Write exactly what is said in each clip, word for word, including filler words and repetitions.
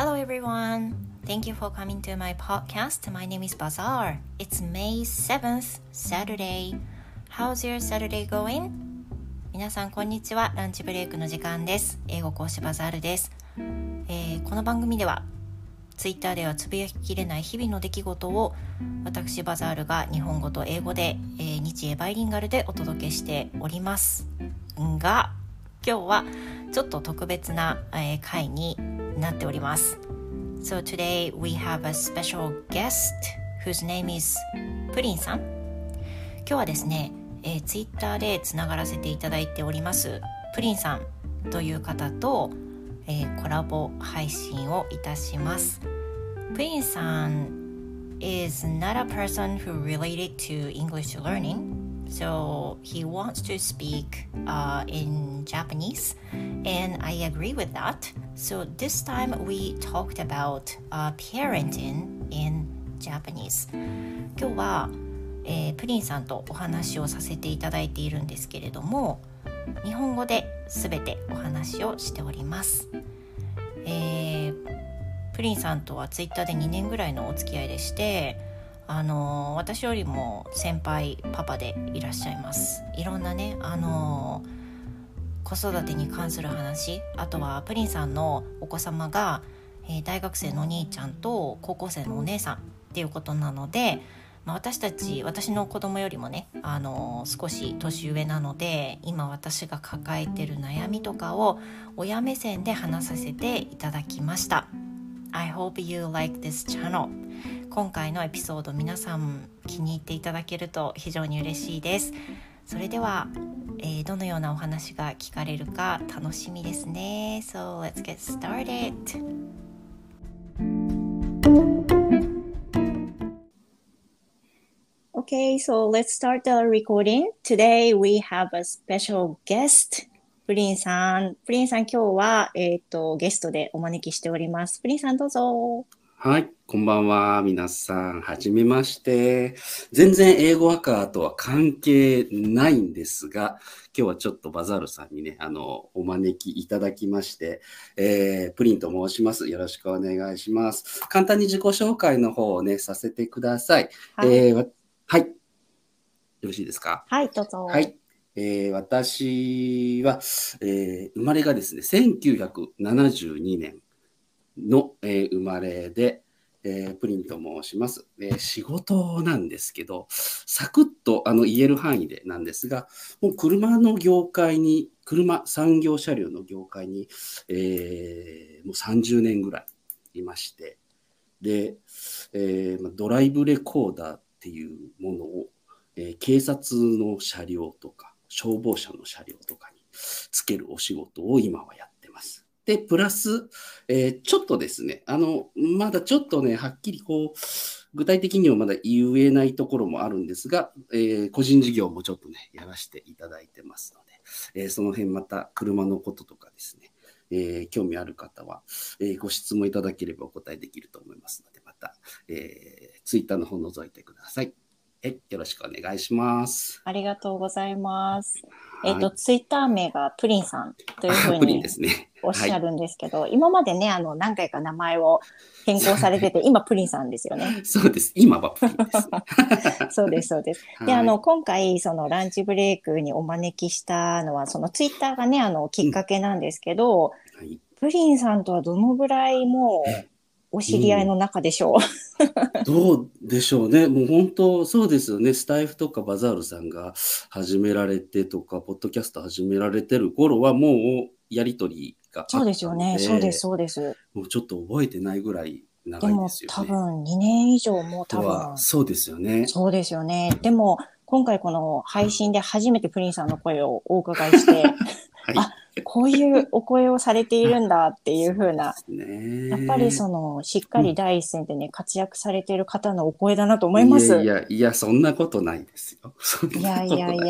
Hello everyone. Thank you for coming to my podcast. My name is Bazaar. It's May seventh, Saturday. How's your Saturday going? 皆さんこんにちは。ランチブレイクの時間です。英語講師バザールです。えー、この番組ではツイッターではつぶやききれない日々の出来事を私バザールが日本語と英語で、えー、日英バイリンガルでお届けしておりますが、今日はちょっと特別な、えー、回になっております。So today we have a special guest whose name is プリンさん。今日はですね、えー、ツイッターでつながらせていただいておりますプリンさんという方と、えー、コラボ配信をいたします。プリンさん is not a person who related to English learning, so he wants to speak、uh, in Japanese, and I agree with that. So this time we talked about、uh, parenting in Japanese. 今日は、えー、プリンさんとお話をさせていただいているんですけれども、日本語で全てお話をしております。えー、プリンさんとはツイッターでにねんぐらいのお付き合いでして、あのー、私よりも先輩パパでいらっしゃいます。いろんなね、あのー、子育てに関する話、あとはプリンさんのお子様が、えー、大学生のお兄ちゃんと高校生のお姉さんっていうことなので、まあ、私たち私の子供よりもね、あのー、少し年上なので、今私が抱えてる悩みとかを親目線で話させていただきました。 I hope you like this channel. 今回のエピソード皆さん気に入っていただけると非常に嬉しいです。それでは、えー、どのようなお話が聞かれるか楽しみですね。 So let's get started. Okay, so let's start the recording. Today we have a special guest. プリンさん、プリンさん今日は、えーと、ゲストでお招きしております。プリンさんどうぞ。 はい、こんばんは。皆さん、はじめまして。全然英語ワーカーとは関係ないんですが、今日はちょっとバザールさんにね、あの、お招きいただきまして、えー、プリンと申します。よろしくお願いします。簡単に自己紹介の方をね、させてください。はい。えー、はい。よろしいですか？ はい、どうぞ。 はい。えー、私は、えー、生まれがですね、せんきゅうひゃくななじゅうにねん。の、えー、生まれで、えー、プリンと申します、えー。仕事なんですけど、サクッとあの言える範囲でなんですが、もう車の業界に、車産業車両の業界に、えー、もうさんじゅうねんぐらいいまして、で、えー、ドライブレコーダーっていうものを、えー、警察の車両とか消防車の車両とかにつけるお仕事を今はやってます。で、プラス、えー、ちょっとですね、あの、まだちょっとね、はっきりこう、具体的にはまだ言えないところもあるんですが、えー、個人事業もちょっとね、やらせていただいてますので、えー、その辺また車のこととかですね、えー、興味ある方は、えー、ご質問いただければお答えできると思いますので、また、えー、ツイッターの方覗いてください。え、よろしくお願いします。 ありがとうございます。えっと、ツイッター名がプリンさんというふうにおっしゃるんですけど、はい、今までね、あの、何回か名前を変更されてて、今プリンさんですよね。 そうです。今はプリンです、ね。 そうです、そうです。で、あの、今回、そのランチブレイクにお招きしたのは、そのツイッターがね、あの、きっかけなんですけど、うん、はい、プリンさんとはどのぐらいもう、お知り合いの中でしょう、 うん、どうでしょうね。もう本当そうですよね。スタイフとかバザールさんが始められてとか、ポッドキャスト始められてる頃はもうやりとりがあったので。 そうですよね。そうです、そうです。 もうちょっと覚えてないぐらい長いですよね。 でも多分にねん以上も多分。 そうですよね。 そうですよね。でも今回この配信で初めてプリンさんの声をお伺いして、はい、あ、こういうお声をされているんだっていう風な、ね、やっぱりそのしっかり第一線でね、うん、活躍されている方のお声だなと思います。 いやいやいや、そんなことないですよ。そんなことないです。 いやいやいや、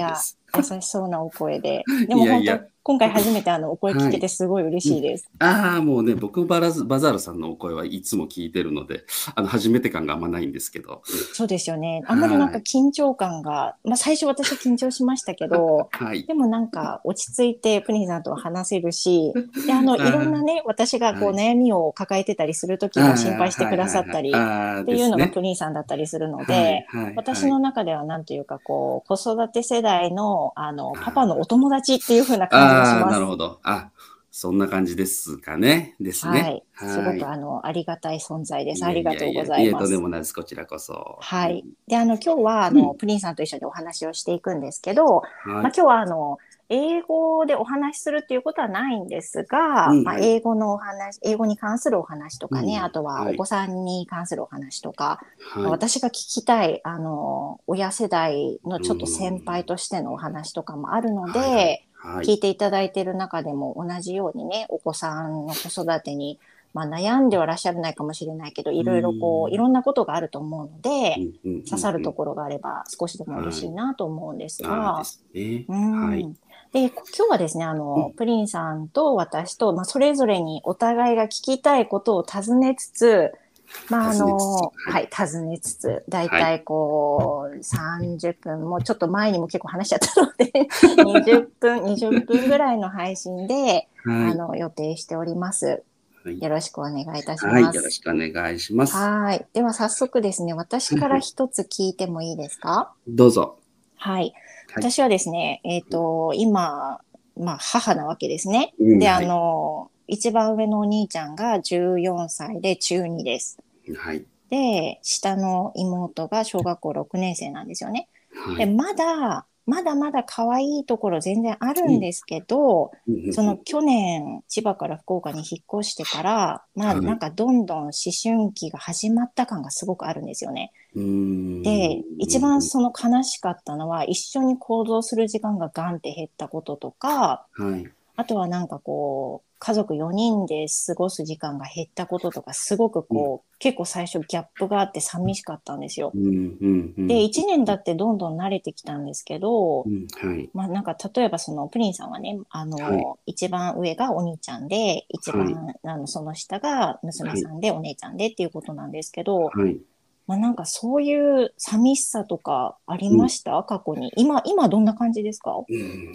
優しそうなお声で。でも本当、 いやいや、 今回初めてあのお声聞はい。 けてすごい嬉うん。 しいです。 ああ、もうね、僕もバラズバザールさんのお声はいつも聞いてるので、あの、初めて感があんまないんですけど。 そうですよね。あんまりなんかはい。 緊張感が、まあ最初私緊張しましたけど、 はい。 でもなんか落ち着いてプリンさんとは話せるし、で、あの、いろんなあね、私があ、はい。 こう悩みを抱えてたりするときは心ああ、 配してくだはいはいはい。 さったりああ、 っていうのがプですね。 リンさんだったりするのはいで、 はい私はい。 の中ではなんというかこう、子育て世代のあの、パパのおあ友達っていう風なあ、 感じがしああ、 ます。 なるほど。あ、そんな感じですかね。ですね。 はい。すごはい。 くあの、ありがたい存在です。 いやありがとうごいやいや、いえ、とんでざいます。 もないです。こちらこそ。 はい。で、あの、今日は、あの、 うん。 プリンさんと一緒にお話をしていくんですけど、まあ、 はい。 今日は、あの、英語でお話しするっていうことはないんですが、 うん、 まあ、 はい。 英語のお話、英語に関するお話とかね、あうん、 とははい。 お子さんに関するお話とか、まあはい。 私が聞きたい、あの、親世代のうちょっと先輩ん。 としてのお話とかもあるのはいはい。 で、 はい。 聞いていただいている中でも同じようにね、お子さんの子育てに、まあ、悩んではらっしゃらないかもしれないけど、いうろいろこう、いん。 ろんなことがあると思うので、 うん、うん、うん、 刺さるうん。 ところがあれば少しでも嬉はい。 しいなと思うんですああ、でが、 すね。 うはい。 ん。で、こ今日はですね、あの、 うん。 プリンさんと私と、まあ、それぞれにお互いが聞きたいことを尋ねつつ、まあ、あ尋ねつつ、 の、 はい。 はい、尋ねつつ、だいはい。 たいこう、さんじゅっぷん、もうちょっと前にも結構話しちゃったのでにじゅっぷん、にじゅっぷんぐらいの配信で、 はい。 あの、予定しております。 はい。 よろしくお願いいたしはい。よろます。 しくお願いします。 はい。では早速ですね、私からはいはい。 一つ聞いてもいいですか？ どうぞ。 はい。 はい。 私はですね、えっと、今、まあ、母なわけですね。 うん、 で、あはい。 の、一番上のお兄ちゃんがじゅうよんさいで中にです。 はい。 で、下の妹が小学校ろくねん生なんですよね。で、 はい。 まだ、まだまだ可愛いところ全然あるうん。 んですけど、 うん、うん、うん。 その去年、千葉から福岡に引っ越してから、まあはい。 なんかどんどん思春期が始まった感がすごくあるんですよね。 うーん。 で、一番その悲しかったのは、一緒に行動する時間がガンって減ったこととか、 はい。 あとはなんかこう、家族よにんで過ごす時間が減ったこととか、すごくうん。 こう、結構最初ギャップがあって寂しかったんですよ。 うん、うん、うで、 ん。 いちねん経ってどんどん慣れてきたんですけど、 うん、はい。 まあなんか例えばそのプリンさんはね、あはい。 の、一番上がお兄ちゃんで、一はい。 番あのその下が娘はい。 さんでお姉ちゃんでっていうことなんですけど、 はい。 まあなんかそういう寂しさとかありうん。 ました過去に？今、今どんな感じですか？ うん、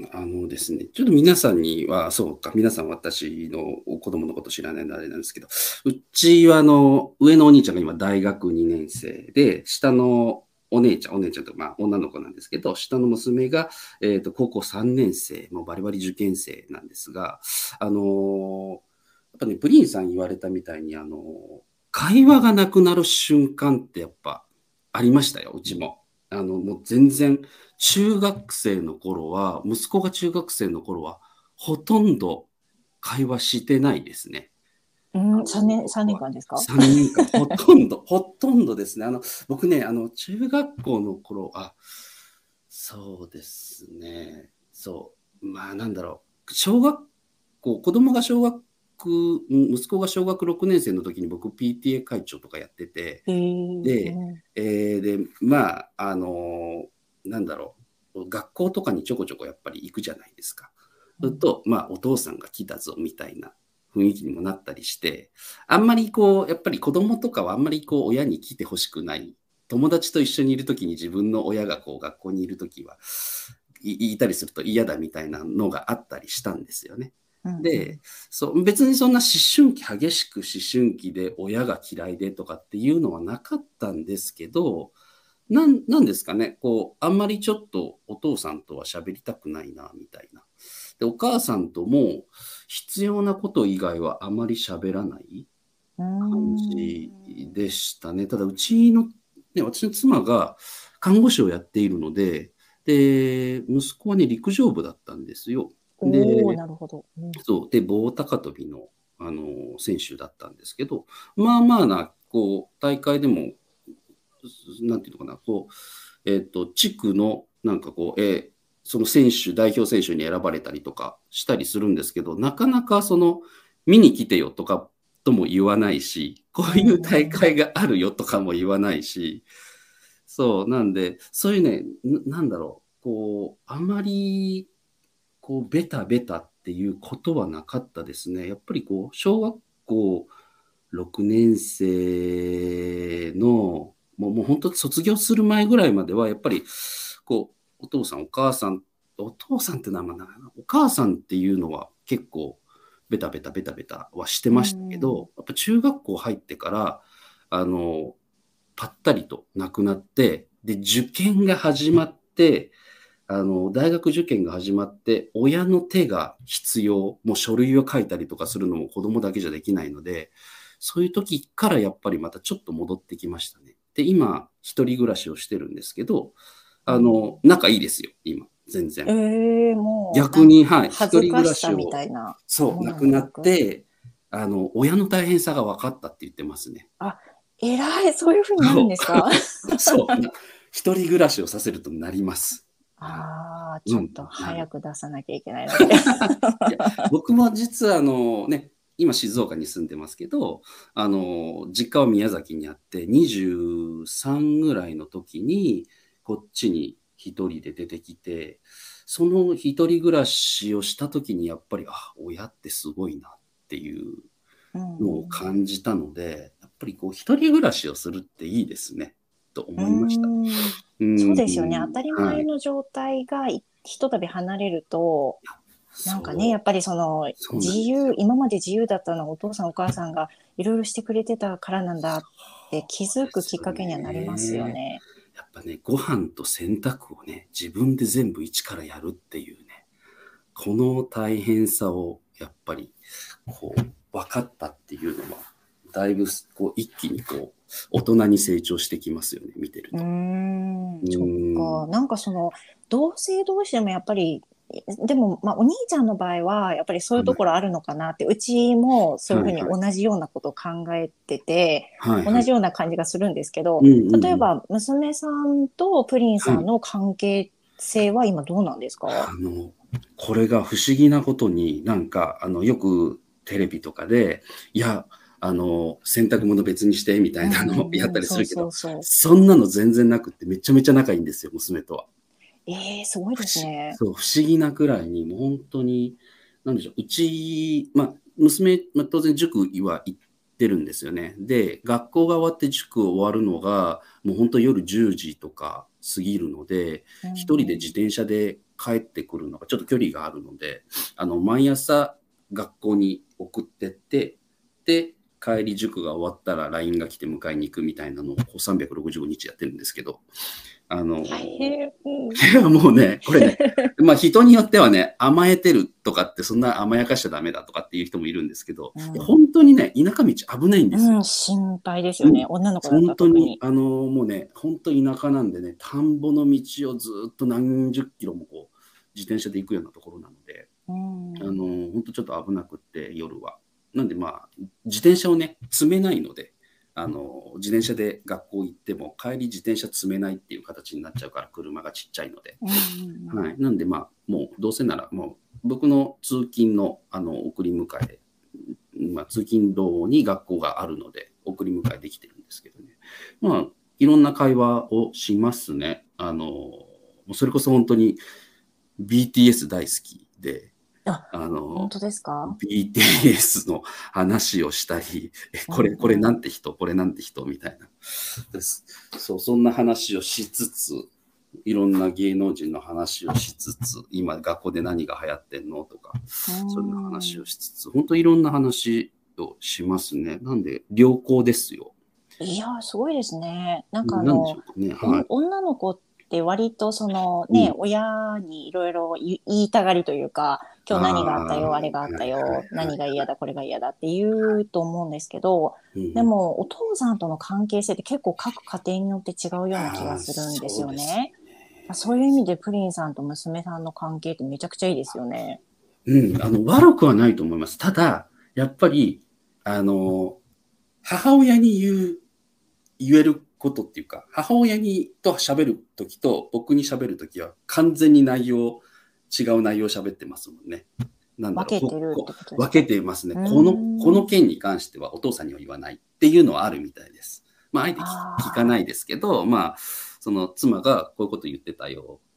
あのですね、ちょっと皆さんには、そうか、皆さん私の子供のこと知らないのであれなんですけど、うちはあの、上のお兄ちゃんが今大学にねん生で、下のお姉ちゃん、お姉ちゃんとまあ女の子なんですけど、下の娘が、えっと、高校さんねん生、もうバリバリ受験生なんですが、あの、やっぱね、プリンさん言われたみたいに、あの、会話がなくなる瞬間ってやっぱありましたよ、うちも。あの、もう全然、中学生の頃は、息子が中学生の頃は、ほとんど会話してないですね。 うん、 あの、 さんねん、さんねんかんですか？ さんねんかん、ほとんど、ほとんどですね。あの、僕ね、あの、中学校の頃、あ、そうですね。そう。まあ、なんだろう。小学校、子供が小学、ん息子が小学ろくねん生の時に僕 ピーティーエー 会長とかやってて、 えー、うで、 ん、 えーで、まあ、あの、なんだろう。学校とかにちょこちょこやっぱり行くじゃないですか。 うん、 すると、まあ、お父さんが来たぞみたいな雰囲気にもなったりして、あんまりこう、やっぱり子供とかはあんまりこう、親に来てほしくない。友達と一緒にいるときに自分の親がこう、学校にいるときいいたりすると嫌だみたいなのがあったりしたんですよね。 うん、うで、 ん。 そう別にそんな思春期、激しく思春期で親が嫌いでとかっていうのはなかったんですけど、なん、なんですかね、こう、あんまりちょっとお父さんとは喋りたくないな、みたいな。で、お母さんとも必要なこと以外はあまり喋らないうー感ん。 じでしたね。ただ、うちの、ね、私の妻が看護師をやっているので、で、息子はね、陸上部だったんですよ。 おー、 で、 なるほど。うん、 そう、で、棒高跳びの、あの、選手だったんですけど、まあまあな、こう、大会でも、なんていうのかな、こう、えっと、地区の、なんかこう、えーその選手、代表選手に選ばれたりとかしたりするんですけど、なかなかその、見に来てよとかとも言わないし、こういううん、うん、 大会があるよとかも言わないし、そう、なんで、そういうね、ななんだろう。 こう、あまり、こう、ベタベタっていうことはなかったですね。やっぱりこう、小学校ろくねん生の、もう、もう本当卒業する前ぐらいまでは、やっぱり、こう、お父さん、お母さん、お父さんって名前なのかな、お母さんっていうのは結構、ベタベタベタベタはしてうましたけど、 ん。 やっぱ中学校入ってから、あの、ぱったりとなくなって、で、受験が始まって、あの、大学受験が始まって、親の手が必要、もう書類を書いたりとかするのも子供だけじゃできないので、そういう時からやっぱりまたちょっと戻ってきましたね。で、今、一人暮らしをしてるんですけど、あの、仲いいですよ、今、全え然。 ー、もう、なんか逆に、はい、一恥ず人暮かしさらしを、 みたいなそう、 ものなくなっもなく。 て、あの、親の大変さが分かったって言ってますね。 あ、偉い、そういう風になるんそですか？ う、そう、な一人暮らしをさせるとなります。はい。 ああ、ちうん、 ょっとなる。 早く出さなきゃいけないので。 いや、僕も実はあのね、今静岡に住んでますけど、あの、実家は宮崎にあって、にじゅうさんぐらいの時に、こっちに一人で出てきて、その一人暮らしをした時にやっぱり、あ、親ってすごいなっていううのをん。 感じたので、やっぱりこう一人暮らしをするっていいですね、とう思いました。 ーん。 うそうですよね。当ん、 たりはい。 前の状態がいひとたび離れると、なんかね、やそう、 っぱりそのそうなん自由、 ですよ。 今まで自由だったのはお父さんお母さんがいろいろしてくれてたからなんだって気づくきっですよかけにはなりますよね。 ね。 やっぱね、ご飯と洗濯をね、自分で全部一からやるっていうね、この大変さをやっぱりこう分かったっていうのは、だいぶこう一気にこう大人に成長してきますよね、見てるうーと。 ん、 うそっーん。 か。なんかその、同性同士でもやっぱり、でも、まあ、お兄ちゃんの場合は、やっぱりそういうところあるのかなって、うちもそういうふうにはいはい。 同じようなことを考えてて、 はいはい。 同じような感じがするんですけど、 うんうんうん。 例えば、娘さんとプリンはい。 さんの関係性は今どうなんですか？ あの、これが不思議なことに、なんか、あの、よくテレビとかで、いや、あの、洗濯物別にしてみたういなのをやっんうん、そうたりするけど、 そうそそんなの全然なくって、めちゃめちゃ仲いいんですよ、娘とは。 う。ええ、すごい不思ですね。 そう、不思議なくらいに、もう本当に、なんでしょう、うち、まあ、娘、まあ、当然塾は行ってるんですよね。で、学校が終わって塾終わるのが、もう本当夜じゅうじとか過ぎるので、 う一人でん自転車で帰ってくるのがちょっと距離があるので、あの、毎朝学校に送ってって、で、帰り塾が終わったら ライン が来て迎えに行くみたいなのをこうさんびゃくろくじゅうごにちやってるんですけど、あの、 大変。うん。 いやもうね、これね、まあ人によってはね、甘えてるとかって、そんな甘やかしちゃダメだとかっていう人もいるんですけど、いやうん、 本当にね、田舎道危ないんですよ。 うん、心配ですよね。 うん。 女の子だった本当に、 ら特に。 あの、もうね、本当田舎なんでね、田んぼの道をずっと何十キロもこう、自転車で行くようなところなので、 うん。 あの、本当ちょっと危なくって、夜は。なんでまあ、自転車をね、積めないので、あの、自転車で学校行っても、帰り自転車積めないっていう形になっちゃうから、車がちっちゃいので。 うんうんはい。なんでまあ、もうどうせなら、もう僕の通勤のあの送り迎え、まあ、通勤路に学校があるので、送り迎えできてるんですけどね。まあ、いろんな会話をしますね。あの、もうそれこそ本当に ビーティーエス 大好きで、 あ、 あの、 本当ですか？ ビーティーエス の話をしたり、え、 うこれ、これんうん。 なんて人、これなんて人みたいな。です。そう、そんな話をしつつ、いろんな芸能人の話をしつつ、今学校で何が流行ってんのとか、 うそういう話ん。 をしつつ、本当いろんな話をしますね。なんで、良好ですよ。 いや、すごいですね。なんかあなんでしの、 ょうかね。はおい。 女の子って割とそのね、 うん。 親にいろいろ言いたがりというか、今日あ何があったあ、 よ、あはいれがあったはいよ、 はい何が嫌だ、 はい。 これが嫌だって言うと思うんですけど、 うん。 でもお父さんとの関係性って結構各家庭によって違うような気がああ、 するんですそうですよね。そういう意ね。 味でプリンさんと娘さんの関係ってめちゃくちゃいいですよね。 うん、あの、悪くはないと思います。ただ、やっぱり、あの、母親に言う、言えることっていうか、母親にと喋るときと僕に喋るときは完全に内容、違う内容を喋ってますもんね。なんだろう、こ分けてるってこ分けことですか？ てますね。 うーこの、このん。 件に関してはお父さんには言わないっていうのはあるみたいです。まあ、あえて聞聞かなああ。 いですけど、まあ、その妻がこういうこと言ってたよ、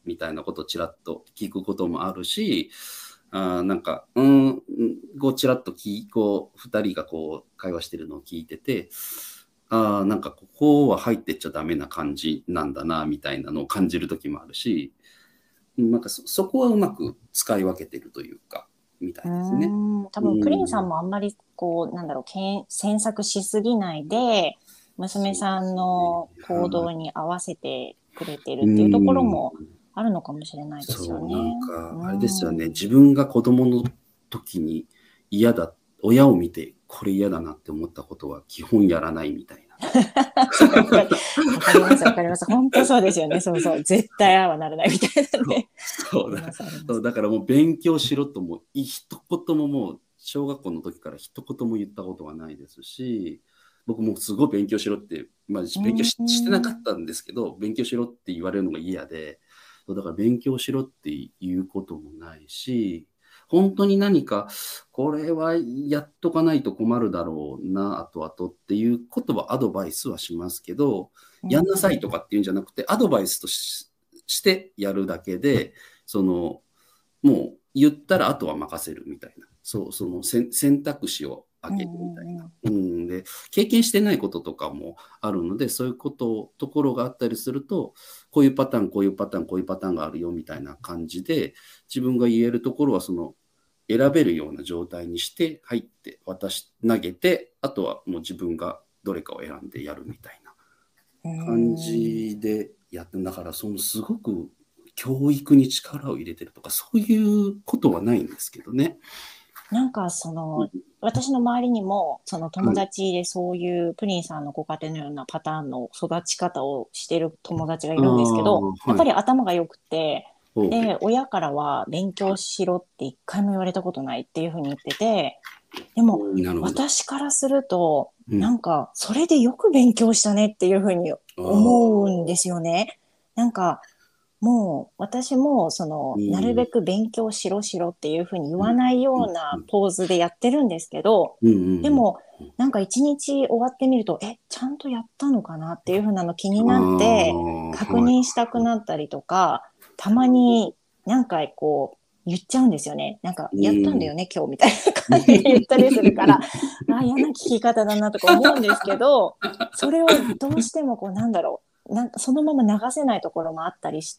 みたいなことをちらっと聞くこともあるし、あなんか、うん、こうちらっときこうふたりがこう会話してるのを聞いてて、あなんかここは入ってっちゃダメな感じなんだなみたいなのを感じる時もあるし、なんか そ, そこはうまく使い分けてるというかみたいですね。 うん多分プリンさんもあんまりこうなんだろうけん詮索しすぎないで娘さんの行動に合わせてくれてるっていうところもあるのかもしれないですよね。 そうなんかあれですよね、自分が子供の時に嫌だ親を見てこれ嫌だなって思ったことは基本やらないみたいな。 わかりますわかります。本当そうですよね。そうそう絶対ああはならないみたいなね。 そうだそうだからもう勉強しろとも一言ももう小学校の時から一言も言ったことはないですし、僕もすごい勉強しろって、まあ、勉強 し, してなかったんですけど勉強しろって言われるのが嫌で、だから勉強しろっていうこともないし、本当に何かこれはやっとかないと困るだろうな後々っていうことはアドバイスはしますけど、やんなさいとかっていうんじゃなくてアドバイスと し, してやるだけで、そのもう言ったらあとは任せるみたいな、そうその選択肢をあげるみたいな、うん、うん、で経験してないこととかもあるので、そういうことところがあったりすると、こういうパターンこういうパターンこういうパターンがあるよみたいな感じで、自分が言えるところはその選べるような状態にして入って渡し投げて、あとはもう自分がどれかを選んでやるみたいな感じでやって、だからそのすごく教育に力を入れてるとかそういうことはないんですけどね。 なんかその私の周りにもその友達でそういうプリンさんのご家庭のようなパターンの育ち方をしてる友達がいるんですけど、やっぱり頭が良くて、で親からは勉強しろって一回も言われたことないっていうふうに言ってて、でも私からするとなんかそれでよく勉強したねっていうふうに思うんですよね。なんかもう私もそのなるべく勉強しろしろっていうふうに言わないようなポーズでやってるんですけど、でもなんか一日終わってみるとえちゃんとやったのかなっていうふうなの気になって確認したくなったりとか、たまになんかこう言っちゃうんですよね。なんかやったんだよね今日みたいな感じで言ったりするからあ嫌な聞き方だなとか思うんですけど、それをどうしてもこうなんだろうなんかそのまま流せないところもあったりして、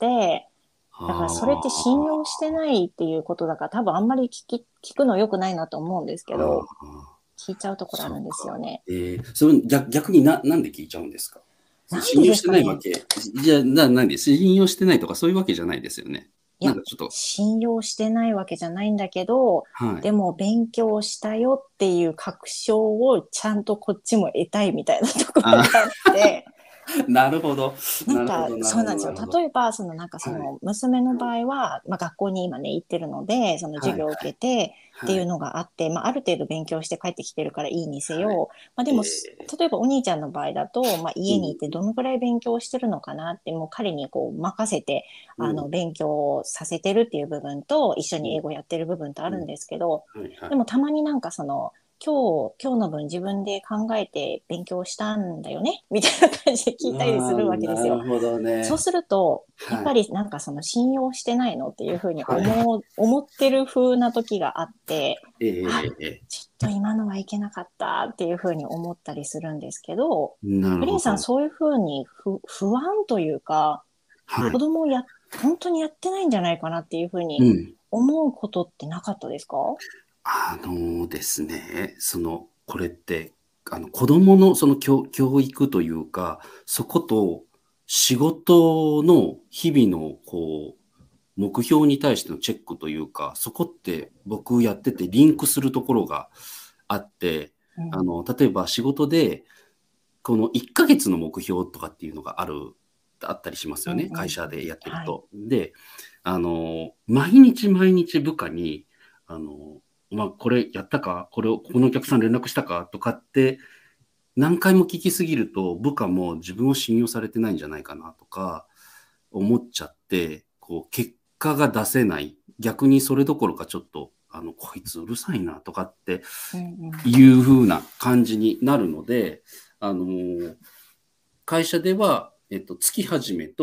だからそれって信用してないっていうことだから多分あんまり聞き聞くの良くないなと思うんですけど、聞いちゃうところあるんですよね。 えー、それ 逆, 逆にななんで聞いちゃうんですか？信用してないわけじゃななんで信用してないとかそういうわけじゃないですよね。 いや、ちょっと信用してないわけじゃないんだけど、はい、でも勉強したよっていう確証をちゃんとこっちも得たいみたいなところがあって。 なるほど。 なんかそうなんですよ。例えばそのなんかその娘の場合は、まあ、学校に今ね行ってるのでその授業を受けてっていうのがあって、まあ、ある程度勉強して帰ってきてるからいいにせよ、まあ、でも例えばお兄ちゃんの場合だと、まあ、家にいてどのくらい勉強してるのかなってもう彼にこう任せてあの勉強させてるっていう部分と一緒に英語やってる部分とあるんですけど、でもたまになんかその今日、今日の分自分で考えて勉強したんだよねみたいな感じで聞いたりするわけですよ。 なるほどね。 そうすると、やっぱりなんかその信用してないのっていうふうに思う、はい、思ってる風な時があって、えー、あ、ちょっと今のはいけなかったっていうふうに思ったりするんですけど、プリンさんそういうふうに不安というか、はい、子供をや、本当にやってないんじゃないかなっていうふうに思うことってなかったですか？うんあのですね、そのこれってあの子どものその 教, 教育というか、そこと仕事の日々のこう目標に対してのチェックというか、そこって僕やっててリンクするところがあって、うん、あの例えば仕事でこのいっかげつの目標とかっていうのがあるあったりしますよね、うんうん、会社でやってると。はい、であの毎日毎日部下にあのまあ、これやったかこれをこのお客さん連絡したかとかって何回も聞きすぎると部下も自分を信用されてないんじゃないかなとか思っちゃって、こう結果が出せない、逆にそれどころかちょっとあのこいつうるさいなとかっていう風な感じになるので、あの会社では、えっと、月始めと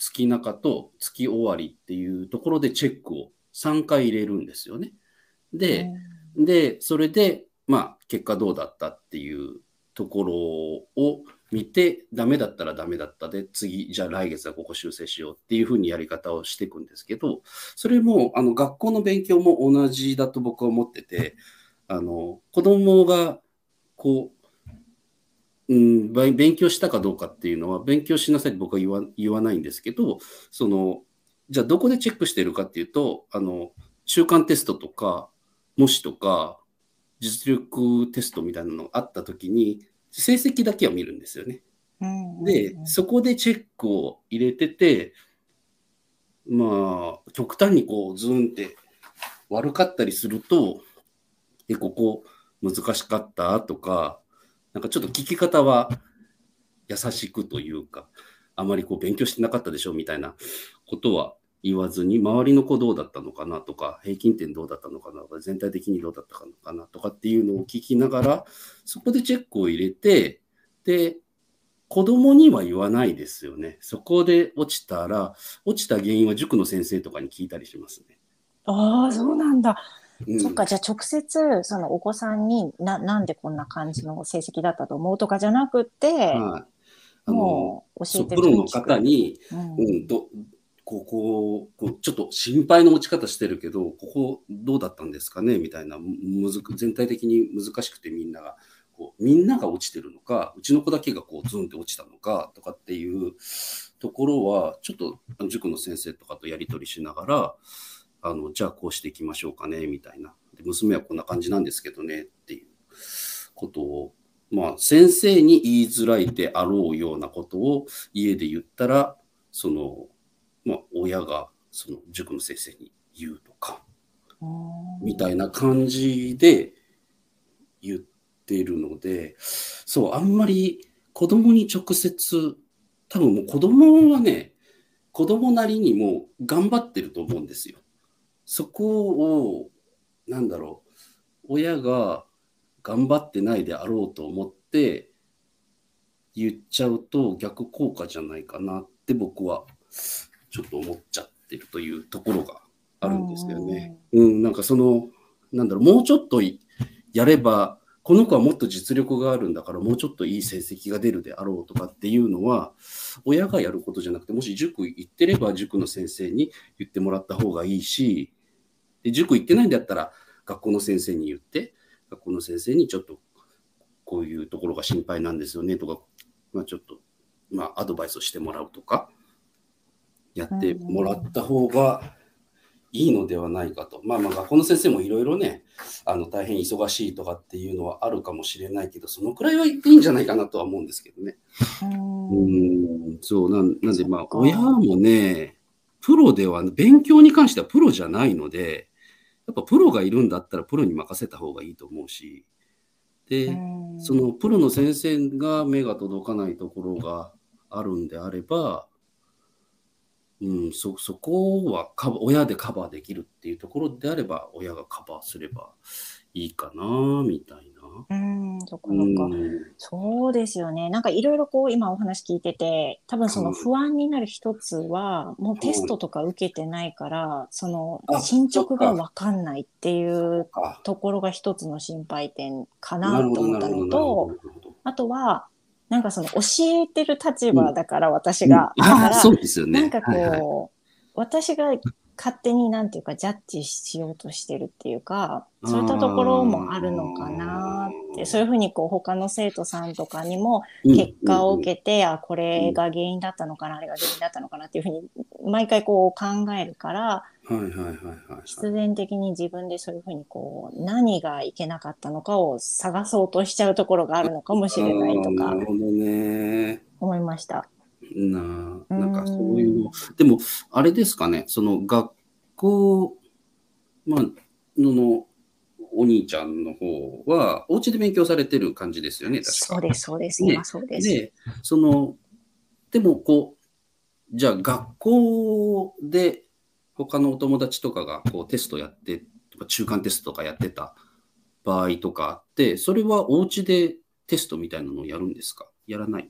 月中と月終わりっていうところでチェックをさんかい入れるんですよね。で、 うんで、それで、まあ、結果どうだったっていうところを見て、ダメだったらダメだったで、次、じゃあ来月はここ修正しようっていうふうにやり方をしていくんですけど、それも、あの、学校の勉強も同じだと僕は思ってて、あの、子供が、こう、うん、ば勉強したかどうかっていうのは、勉強しなさいって僕は言わ、言わないんですけど、その、じゃあどこでチェックしてるかっていうと、あの、中間テストとか、模試とか、実力テストみたいなのがあったときに、成績だけは見るんですよね。 うんうんで、そこでチェックを入れてて、まあ、極端にこう、ズーンって悪かったりすると、え、ここ難しかったとか、なんかちょっと聞き方は優しくというか、あまりこう勉強してなかったでしょみたいなことは言わずに、周りの子どうだったのかなとか、平均点どうだったのかなとか、全体的にどうだったのかなとかっていうのを聞きながら、そこでチェックを入れて、で、子供には言わないですよね。そこで落ちたら、落ちた原因は塾の先生とかに聞いたりしますね。 ああ、そうなんだ。 うん、 そっか、じゃあ直接、そのお子さんにな、なんでこんな感じの成績だったと思うとかじゃなくて、 はい。あの、 もう教そう、 えてプロのる人に聞く。 方に、 ううんん、ど、ここ、こうちょっと心配の落ち方してるけど、ここどうだったんですかねみたいな、むずく全体的に難しくてみんなが、こうみんなが落ちてるのか、うちの子だけがこうズンって落ちたのかとかっていうところは、ちょっとあの塾の先生とかとやり取りしながら、あの、じゃあこうしていきましょうかね、みたいな。で、娘はこんな感じなんですけどね、っていうことを、まあ、先生に言いづらいであろうようなことを家で言ったら、その、まあ、親がその塾の先生に言うとか、 うんみたいな感じで言ってるので、そう、あんまり子供に直接、多分もう子供はね、子供なりにもう頑張ってると思うんですよ。そこを、なんだろう、親が頑張ってないであろうと思って言っちゃうと逆効果じゃないかなって僕はちょっと思っちゃってるというところがあるんですよね。うん、なんかその、なんだろう、もうちょっとやれば、この子はもっと実力があるんだからもうちょっといい成績が出るであろうとかっていうのは親がやることじゃなくて、もし塾行ってれば塾の先生に言ってもらった方がいいし、で塾行ってないんだったら学校の先生に言って、学校の先生にちょっとこういうところが心配なんですよねとか、まあ、ちょっと、まあ、アドバイスをしてもらうとかやってもらった方がいいのではないかと。まあまあ学校の先生もいろいろね、あの大変忙しいとかっていうのはあるかもしれないけど、そのくらいは言っていいんじゃないかなとは思うんですけどね。 うんうん、そうなん、なんでまあそっか親もね、プロでは、勉強に関してはプロじゃないので、やっぱプロがいるんだったらプロに任せた方がいいと思うし、 うで、 んそのプロの先生が目が届かないところがあるんであれば、うん、そ、そこはカバ親でカバーできるっていうところであれば、親がカバーすればいいかな、みたいな。 うん、そっかうそっか。 ん。 そうですよね。なんかいろいろこう今お話聞いてて、多分そのはい。 不安になる一つは、もうテスはい。 トとか受けてないから、そのあ、 進捗がそっか。 わかんないっていうそうか。 ところが一つの心配点かななるほど、 と思ったのなるほど、なるほど、なと、 るほど。 あとは、なんかその教えてる立うん。 場だから私うん。 が。だああ、 から、 そうですよね。 なんかはいはい。 こう、私が勝手になんていうかジャッジしようとしてるっていうか、 あそういったところもあ、 あるのかなって、そういうふうにこう他の生徒さんとかにもうん、 結うん、 果をうん。 受けて、あ、こうん。 れが原因だったのかな、あれが原因だったのかなっていうふうに毎回こう考えるから、 はいはいはいはいはい。 必然的に自分でそういうふうにこう何がいけなかったのかを探そうとしちゃうところがあるのかもしああ、 れないとかなるほどね。 思いました。 な、 うーなんかそういうの。 ん。 でも、あれですかね、その学校、まあ、ののお兄ちゃんの方は、お家で勉強されてる感じですよね、確か。 そうです、そうです。今ね。 そうです。 で、その、でもこう、じゃあ学校で他のお友達とかがこうテストやって、中間テストとかやってた場合とかあって、それはお家でテストみたいなのをやるんですか？やらない？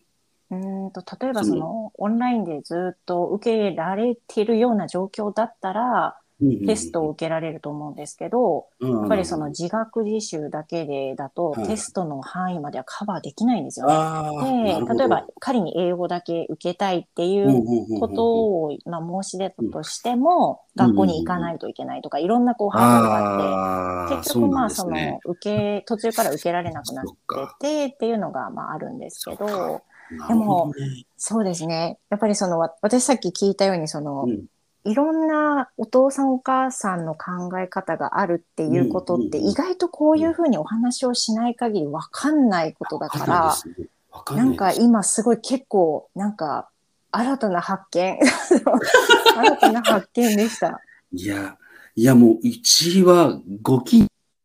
うーんと、例えばその、 その、オンラインでずっと受け入れられているような状況だったら、 うんうんテストうんを受けられると思うんですけど、 うん。ああ、 やっぱりそのなるほど。 自学自習だけでだとはい。 テストの範囲まではカバーできないんですよね。 ああ、なで、例えばるほど。 仮に英語だけ受けたいっていううんうんうんこうんうん。 とを、まあ、申し出たうんとしても、 うんう学校に行かんうん。 ないといけないとか、いろんなこうハードルがあって、 ああ、 結局まあそうなんですね。 その受け、途中から受けられなくなっそっか。 ててっていうのがまああるんですけそっか。 ど、 なるほどでも、 ね。 そうですね。やっぱりその、わ私さっき聞いたように、その、 うん。 いろんなお父さんお母さんの考え方があるっていうこうんうとって、 ん意外とこううん。うん。 いうふうにお話をしない限りわかんないことだわかんないでから、 すね。わかなんかんないです。 今すごい結構、なんか、新たな発見。新たな発見でした。 いや、いやもう、うちは、ご近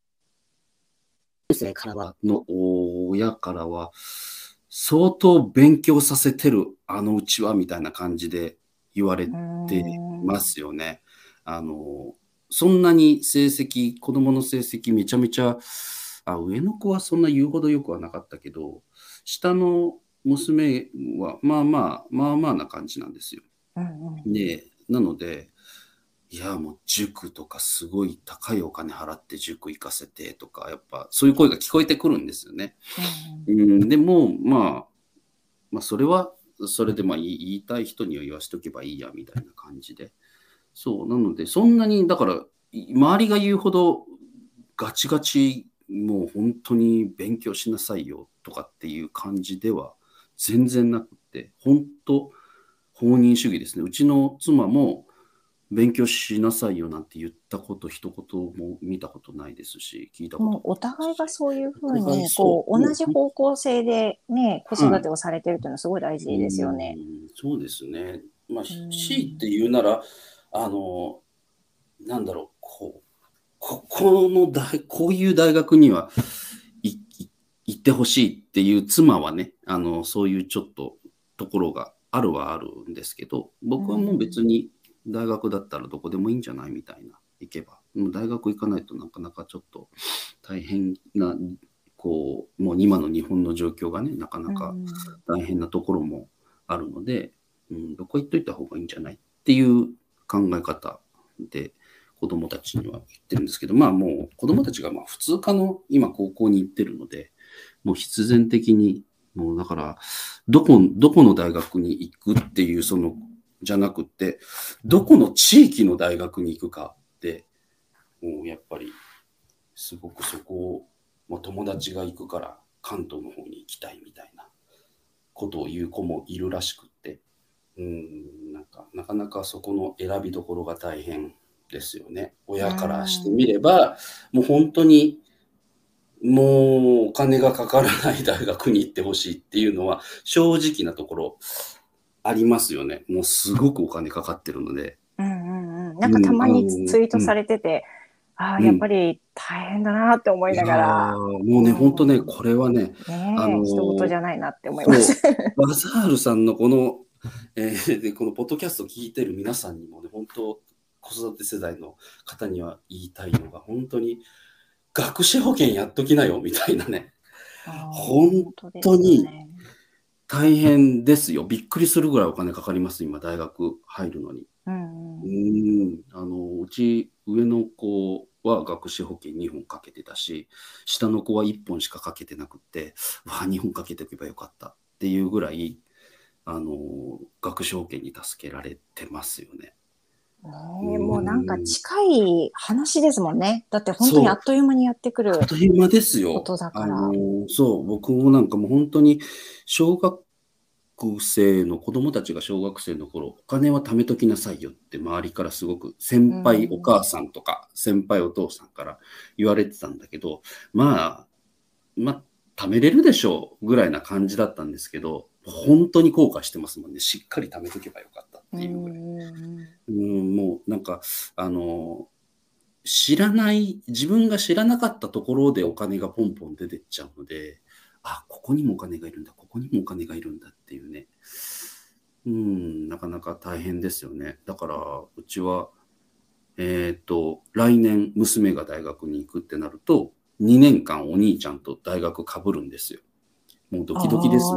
生からは、の親からは、相当勉強させてる、あのうちは、みたいな感じで言われうーてまん。 すよね。あの、そんなに成績、子供の成績めちゃめちゃ、あ、上の子はそんな言うほどよくはなかったけど、下の娘は、まあまあ、まあまあな感じなんですよ。 うんうん。 で、なので、いや、もう塾とかすごい高いお金払って塾行かせてとか、やっぱそういう声が聞こえてくるんですよね。 うんうん、でも、まあ、まあ、それは、それでまあ言い言いたい人には言わしとけばいいやみたいな感じで。そう、なので、そんなに、だから、い周りが言うほどガチガチ、もう本当に勉強しなさいよとかっていう感じでは全然なくて、本当、放任主義ですね。うちの妻も、勉強しなさいよなんて言ったこと一言も見たことないですし、聞いたことももうおないです互いがし、 そういうふうお互いに、 そう、 こう、同もう、 じ方向性でね、子はい。 育てをされてるっていうのはすごい大う事ですよね。 ん、そうですね。まあ、 うし強いん。 て言うなら、あの、なんだろう、こう、ここの大、こういう大学にはいい行ってほしいっていう妻はね、あの、そういうちょっとところがあるはあるんですけど、 う僕はもうん。 別に大学だったらどこでもいいんじゃないみたいな、行けば。もう大学行かないとなかなかちょっと大変な、こう、もう今の日本の状況がね、なかなうかん。 大変なところもあるので、うん、どこ行っといた方がいいんじゃないっていう考え方で、子供たちには言ってるんですけど、まあもう子供たちがまあ普通科の今高校に行ってるので、もう必然的に、もうだから、どこ、どこの大学に行くっていう、その、じゃなくて、どこの地域の大学に行くかって、もうやっぱり、すごくそこを、もう友達が行くから関東の方に行きたいみたいなことを言う子もいるらしくって、うん、なんか、なかなかそこの選びどころが大変ですよね。 う親からしてみん。 れば、もう本当に、もうお金がかからない大学に行ってほしいっていうのは正直なところありますよね。もうすごくお金かかってるので。 うんうんうん。なんかたうん、あまにツツイートさのうん、 れてて、ああ、 うん。 やっぱり大変だなって思いいやながら、 ー、 うもうね、本当ね、 ん。 これはね、あのねえ、人事じーゃないなって思います。 そう、バザールさんのこの、えーで、このポッドキャストを聞いてる皆さんにもね、本当、子育て世代の方には言いたいのが、本当に、学資保険やっときなよ、みたいなね。 ああ、 本本当ですよ当にね。 大変ですよ。びっくりするぐらいお金かかります、今、大学入るのに。 うんううん。 ーん、あの、うち、上の子は学資保険にほんかけてたし、下の子はいっぽんしかかけてなくって、わあ、にほんかけておけばよかったっていうぐらい、あの、学資保険に助けられてますよね。 ねうえ、もうなんかーん、 近い話ですもんね。だって本当にあっそう、 という間にやってくるあっという間ですよ。 ことだあから。 の、そう、僕もなんかもう本当に、小学生の子供たちが小学生の頃、お金は貯めときなさいよって周りからすごくう先輩おん。 母さんとか先輩お父さんから言われてたんだけど、まあ、まあ、貯めれるでしょうぐらいな感じだったんですけど、本当に後悔してますもんね。しっかり貯めとけばよかったっうていうぐらい。 ん。 うん、もうなんか、あの、知らない、自分が知らなかったところでお金がポンポン出てっちゃうので、あ、ここにもお金がいるんだ、ここにもお金がいるんだっていうね。うん、なかなか大変ですよね。だから、うちは、えっと、来年娘が大学に行くってなると、にねんかんお兄ちゃんと大学かぶるんですよ。もうドキドキですああ、 もそっ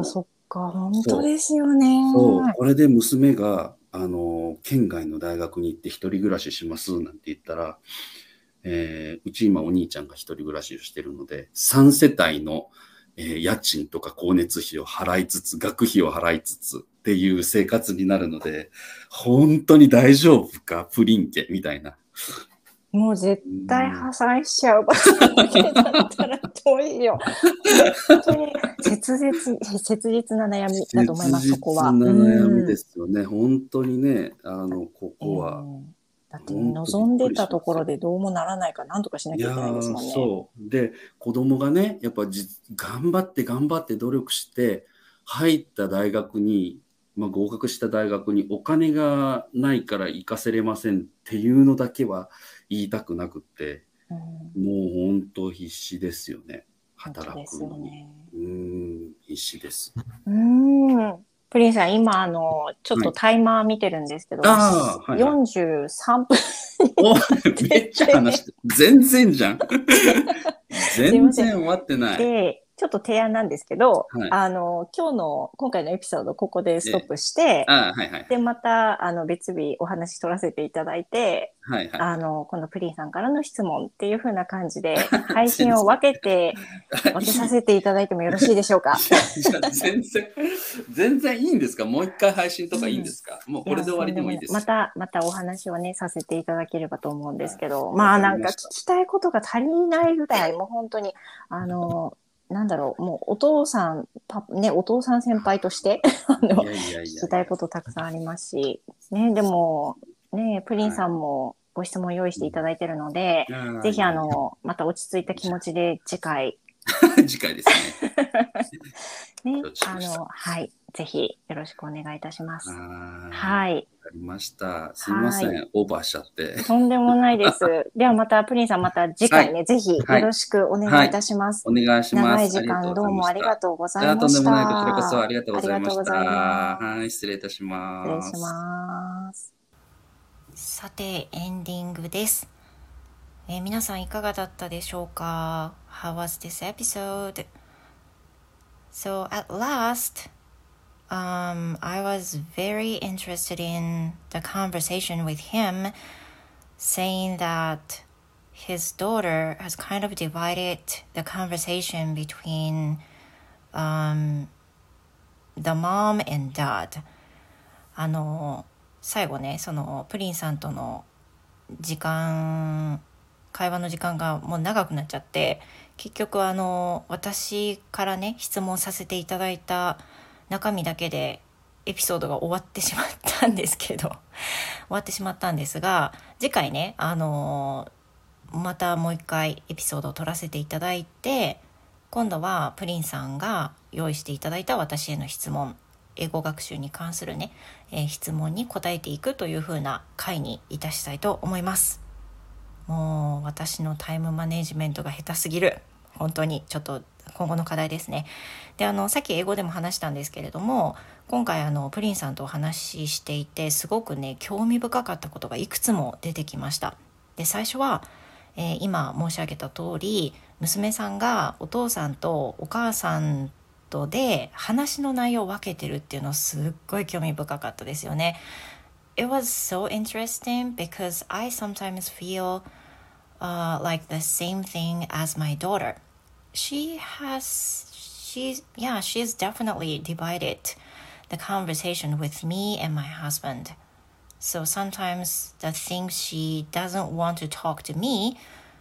か、本当ですよね。 そう、これで娘が、あの、県外の大学に行って一人暮らししますなんて言ったら、えーうち今お兄ちゃんが一人暮らしをしてるので、さん世帯の、えー家賃とか光熱費を払いつつ、学費を払いつつっていう生活になるので、本当に大丈夫か、プリン家みたいな。 もう絶対破産しちゃう場所だけだったら遠いよ。本当に切実、切実な悩みだと思います、そこは。 切実な悩みですよね。本当にね、あの、ここは。 うんだって望んでたところでどうもならないからなんとかしないきゃいけないですもんね。 そうで子供がねやっぱじ頑張って頑張って努力して入った大学に、まあ、合格した大学にお金がないから行かせれませんっていうのだけは言いたくなくって、うん、もう本当必死ですよね働くのに、ね、うん必死です。 うんプリンさん、今、あの、ちょっとタイマー見てるんですけど、はい、よんじゅうさんぷん。 おめっちゃ話してる。全然じゃん。全然終わってない。 で、ちょっと提案なんですけど、はい、あの、今日の、今回のエピソード、ここでストップして、あはいはい、で、また、あの、別日お話取らせていただいて、はいはい、あの、このプリンさんからの質問っていう風な感じで、配信を分けて、分けさせていただいてもよろしいでしょうか。 いや全然、全然いいんですか？もう一回配信とかいいんですか？うん、もうこれで終わりでもいいです。 また、またお話をね、させていただければと思うんですけど、まあなんか聞きたいことが足りないぐらい、もう本当に、あの、なんだろう、もうお父さん、パね、お父さん先輩として、あの、聞きたいことたくさんありますし、ね、でも、ね、プリンさんもご質問用意していただいてるので、はい、ぜひあの、また落ち着いた気持ちで次回。 次回ですね。 ね、あの、はい。ぜひよろしくお願いいたします。 はい。わかりました。すみません。オーバーしちゃって。 とんでもないです。ではまた、プリンさんまた次回ね、はい、ぜひよろしくお願いいたします。 はいはい、お願いします。 長い時間どうもありがとうございました。 とんでもない、こちらこそありがとうございました。はい、失礼いたします。 失礼します。さて、エンディングです。えー、皆さんいかがだったでしょうか？ How was this episode? So at last, um, I was very interested in the conversation with him, saying that his daughter has kind of divided the conversation between um, the mom and dad. あの最後ね、そのプリンさんとの時間会話の時間がもう長くなっちゃって、結局あの私からね質問させていただいた中身だけでエピソードが終わってしまったんですけど終わってしまったんですが、次回ねあのまたもう一回エピソードを撮らせていただいて、今度はプリンさんが用意していただいた私への質問、英語学習に関するね、えー、質問に答えていくという風な回にいたしたいと思います。もう私のタイムマネジメントが下手すぎる。本当にちょっと今後の課題ですね。で、あのさっき英語でも話したんですけれども、今回あのプリンさんとお話ししていてすごくね興味深かったことがいくつも出てきました。で、最初は、えー、今申し上げた通り、娘さんがお父さんとお母さんとで話の内容を分けてるっていうのすっごい興味深かったですよね。It was so interesting because I sometimes feel uh, like the same thing as my daughter. She has, she's, yeah, she's definitely divided the conversation with me and my husband. So sometimes the things she doesn't want to talk to me,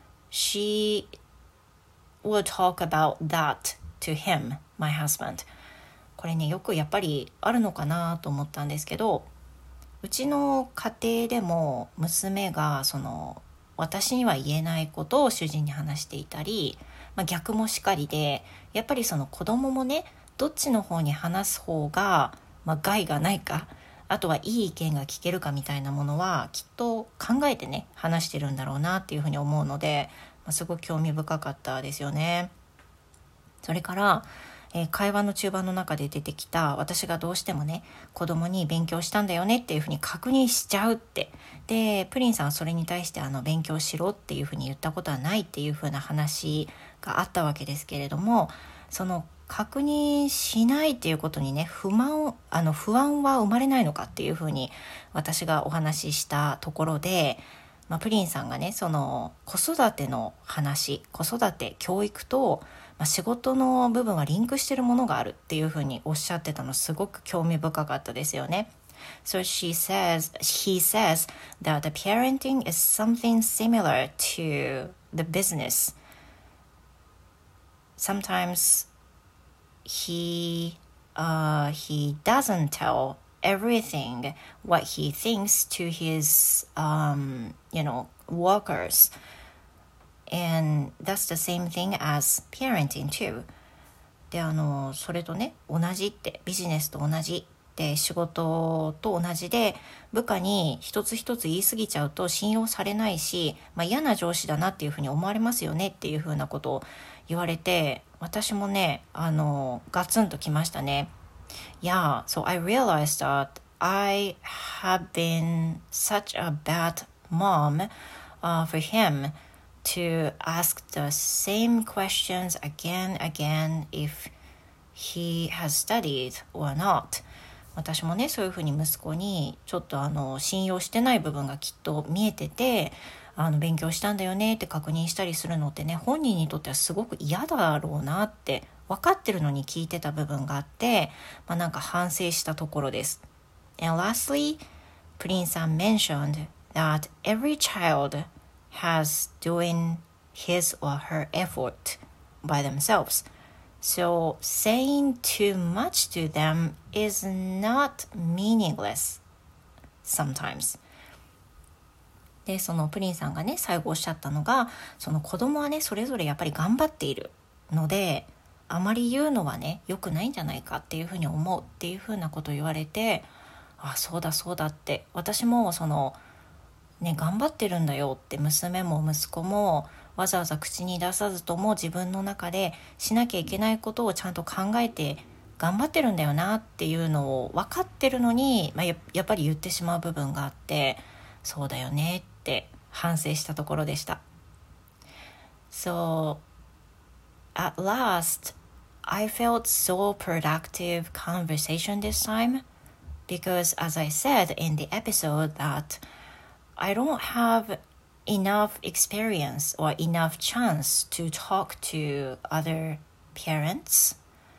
she will talk about that to him, my husband. これね、よくやっぱりあるのかなと思ったんですけど、うちの家庭でも娘がその私には言えないことを主人に話していたり、まあ、逆もしかりで、やっぱりその子供もねどっちの方に話す方が、まあ、害がないか、あとはいい意見が聞けるかみたいなものはきっと考えてね話してるんだろうなっていうふうに思うので、まあ、すごく興味深かったですよね。それからえー、会話の中盤の中で出てきた、私がどうしてもね子供に勉強したんだよねっていうふうに確認しちゃうって、でプリンさんはそれに対してあの勉強しろっていうふうに言ったことはないっていうふうな話があったわけですけれども、その確認しないっていうことにね、不満あの不安は生まれないのかっていうふうに私がお話ししたところで、まあ、プリンさんがね、その子育ての話、子育て教育と、まあ、仕事の部分はリンクしてるものがあるっていうふうにおっしゃってたの、すごく興味深かったですよね。So she says, he says that the parenting is something similar to the business. Sometimes he uh, he doesn't tell everything what he thinks to his um, you know workers, and that's the same thing as parenting too. で、あのそれとね、同じって、ビジネスと同じで、仕事と同じで、部下に一つ一つ言い過ぎちゃうと信用されないし、まあ、嫌な上司だなっていうふうに思われますよねっていうふうなことを言われて、私もね、あのガツンときましたね。Yeah, so I realized that I have been such a bad mom、uh, for him to ask the same questions again again if he has studied or not。私もね、そういうふうに息子にちょっとあの信用してない部分がきっと見えてて、あの勉強したんだよねって確認したりするのってね、本人にとってはすごく嫌だろうなって分かってるのに聞いてた部分があって、まあ、なんか反省したところです。And lastly, プリンさん mentioned that every child has doing his or her effort by themselves.So saying too much to them is not meaningless sometimes. で、そのプリンさんがね、最後おっしゃったのが、その子供はね、それぞれやっぱり頑張っているので、あまり言うのはね、良くないんじゃないかっていうふうに思うっていうふうなことを言われて、あ、そうだそうだって、私もそのね、頑張ってるんだよって娘も息子もわざわざ口に出さずとも自分の中でしなきゃいけないことをちゃんと考えて頑張ってるんだよなっていうのを分かってるのに、まあ、や, やっぱり言ってしまう部分があって、そうだよねって反省したところでした。 So at last I felt so productive conversation this time because as I said in the episode that I don't have enough experience or enough chance to talk to other parents,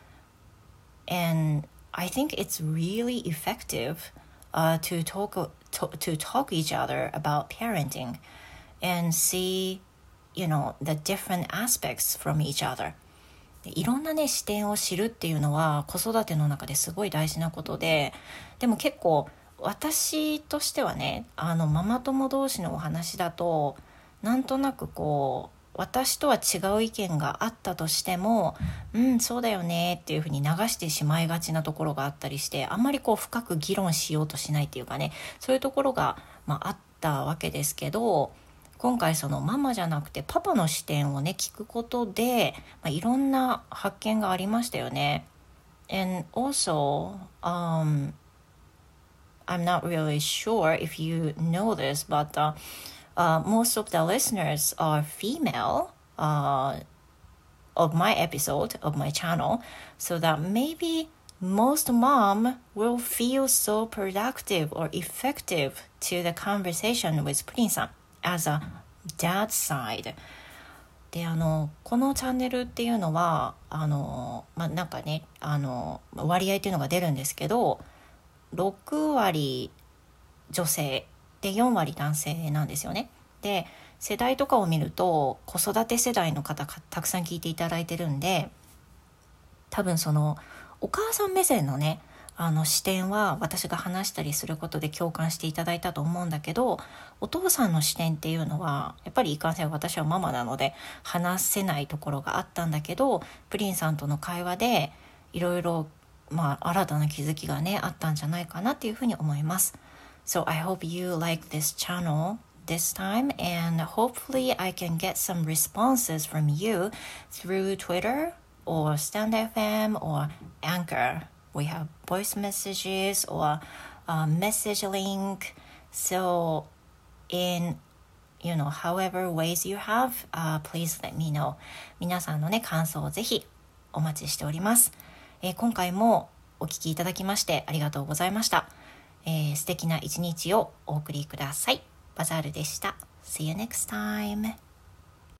and I think it's really effective uh, to talk to, to talk each other about parenting and see, you know, the different aspects from each other. いろんなね、視点を知るっていうのは子育ての中ですごい大事なことで、でも結構私としてはね、あのママ友同士のお話だと、なんとなくこう私とは違う意見があったとしても、うんそうだよねっていうふうに流してしまいがちなところがあったりして、あんまりこう深く議論しようとしないっていうかね、そういうところが、まあ、あったわけですけど、今回そのママじゃなくてパパの視点をね聞くことで、まあ、いろんな発見がありましたよね。 And also、um, I'm not really sure if you know this, but uh, uh, most of the listeners are female uh, of my episode of my channel, so that maybe most mom will feel so productive or effective to the conversation with Prince-san as a dad's side. で、あのこのチャンネルっていうのはあの、まあ、なんかね、あの割合っていうのが出るんですけど、ろくわり女性でよんわり男性なんですよね。で、世代とかを見ると子育て世代の方がたくさん聞いていただいてるんで、多分そのお母さん目線のね、あの視点は私が話したりすることで共感していただいたと思うんだけど、お父さんの視点っていうのはやっぱりいかんせん私はママなので話せないところがあったんだけど、プリンさんとの会話でいろいろまあ新たな気づきがねあったんじゃないかなっていうふうに思います。 So I hope you like this channel this time, and hopefully I can get some responses from you through Twitter or Stand エフエム or Anchor. We have voice messages or a message link. So in you know however ways you have、uh, please let me know. 皆さんのね感想をぜひお待ちしております。えー、今回もお聞きいただきましてありがとうございました。えー、素敵な一日をお送りください。バザールでした。See you next time.